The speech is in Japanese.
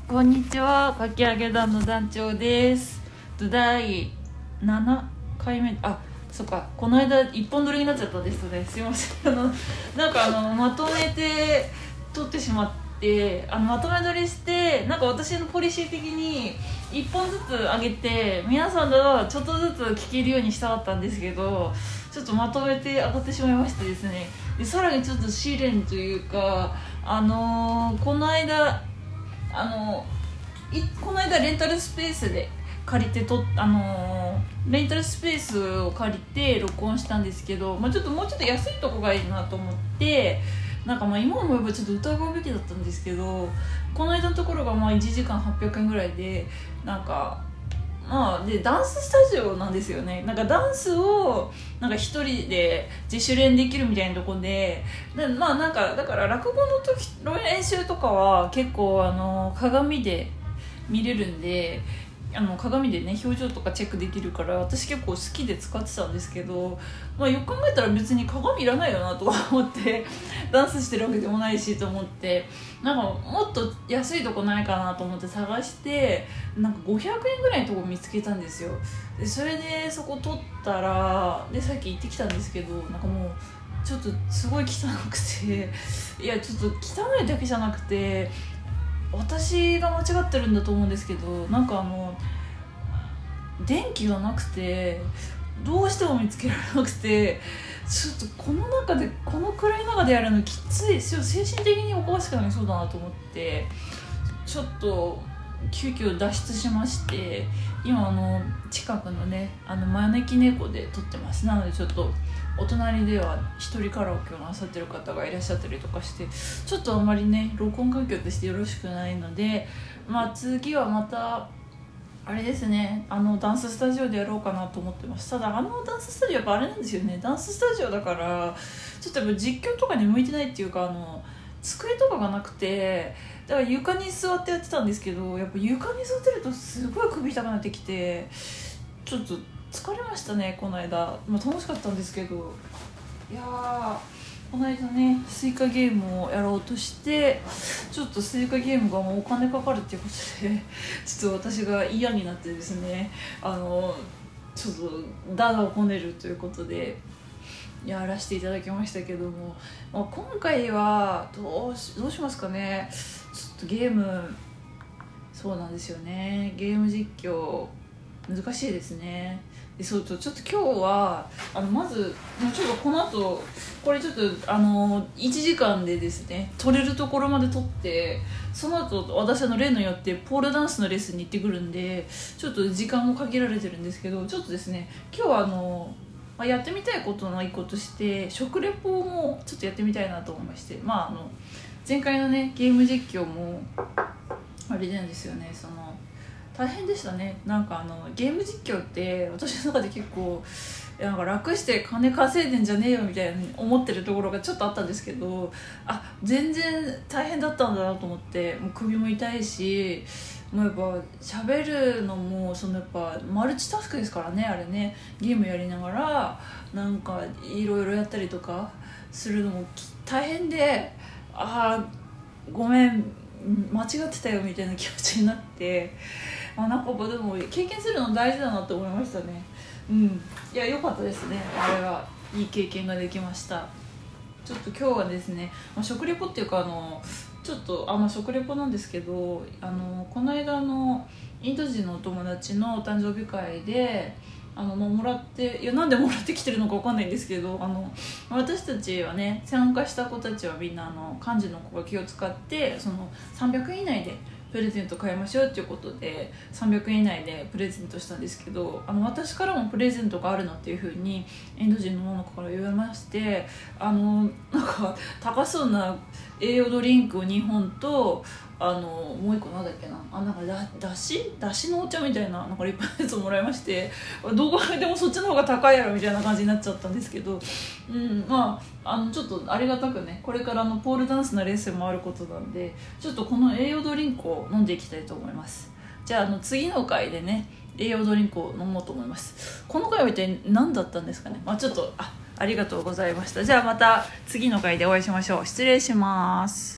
こんにちは、かき上げ団の団長です。第7回目、そっか、この間一本撮りになっちゃったですね。すいません。まとめて撮ってしまって、まとめ撮りして、私のポリシー的に1本ずつ上げて皆さんがちょっとずつ聞けるようにしたかったんですけど、ちょっとまとめて上がってしまいましてですね。でさらにちょっと試練というか、この間レンタルスペースで借りてレンタルスペースを借りて録音したんですけど、もうちょっと安いとこがいいなと思って、今思えばちょっと疑うべきだったんですけど、この間のところが1時間800円ぐらいで、でダンススタジオなんですよね。ダンスを一人で自主練できるみたいなところで、だから落語の時の練習とかは結構鏡で見れるんで、鏡でね表情とかチェックできるから、私結構好きで使ってたんですけど、よく考えたら別に鏡いらないよなと思ってダンスしてるわけでもないしと思って、もっと安いとこないかなと思って探して、500円ぐらいのとこ見つけたんですよ。でそれでそこ取ったら、でさっき行ってきたんですけど、もうちょっとすごい汚くて、いやちょっと汚いだけじゃなくて、私が間違ってるんだと思うんですけど、電気がなくてどうしても見つけられなくて、ちょっとこの暗い中でやるのきつい、精神的におかしくなりそうだなと思って、ちょっと急遽脱出しまして、今近くのね招き猫で撮ってます。なのでちょっとお隣では一人カラオケをなさってる方がいらっしゃったりとかして、ちょっとあんまりね録音環境としてよろしくないので、次はまたあれですね、ダンススタジオでやろうかなと思ってます。ただダンススタジオやっぱあれなんですよね。ダンススタジオだからちょっとやっぱ実況とかに向いてないっていうか、机とかがなくて、だから床に座ってやってたんですけど、やっぱ床に座ってるとすごい首痛くなってきて、ちょっと疲れましたねこの間。楽しかったんですけど、いやー、この間ねスイカゲームをやろうとして、ちょっとスイカゲームがもうお金かかるっていうことでちょっと私が嫌になってですね、ちょっとダダをこねるということでやらせていただきましたけども、今回はどうしますかね。ちょっとゲーム、そうなんですよね、ゲーム実況難しいですね。でちょっと今日はまずちょっとこの後これちょっと1時間でですね撮れるところまで撮って、その後私例によってポールダンスのレッスンに行ってくるんで、ちょっと時間も限られてるんですけど、ちょっとですね今日はやってみたいことの一個として食レポもちょっとやってみたいなと思いまして、前回のねゲーム実況もあれなんですよね、大変でしたね。ゲーム実況って私の中で結構楽して金稼いでんじゃねえよみたいに思ってるところがちょっとあったんですけど、全然大変だったんだなと思って、もう首も痛いし、もうやっぱ喋るのもやっぱマルチタスクですからね、あれね。ゲームやりながらいろいろやったりとかするのも大変で、ごめん間違ってたよみたいな気持ちになって、でも経験するの大事だなって思いましたね。いや良かったですね、あれはいい経験ができました。ちょっと今日はですね、食レポっていうかちょっと食レポなんですけど、この間インド人のお友達の誕生日会でもらって、なんでもらってきてるのか分かんないんですけど、私たちはね参加した子たちはみんな幹事の子が気を使って300円以内でプレゼント買いましょうっていうことで300円以内でプレゼントしたんですけど、私からもプレゼントがあるのっていう風にインド人の女の子から言われまして、高そうな栄養ドリンクを2本ともう一個なんだっけな、だしのお茶みたいな立派なやつをもらいまして、どこでもそっちの方が高いやろみたいな感じになっちゃったんですけど、ちょっとありがたくね、これからポールダンスのレッスンもあることなんで、ちょっとこの栄養ドリンクを飲んでいきたいと思います。じゃあ次の回でね栄養ドリンクを飲もうと思います。この回は一体何だったんですかね。ちょっとありがとうございました。じゃあまた次の回でお会いしましょう。失礼します。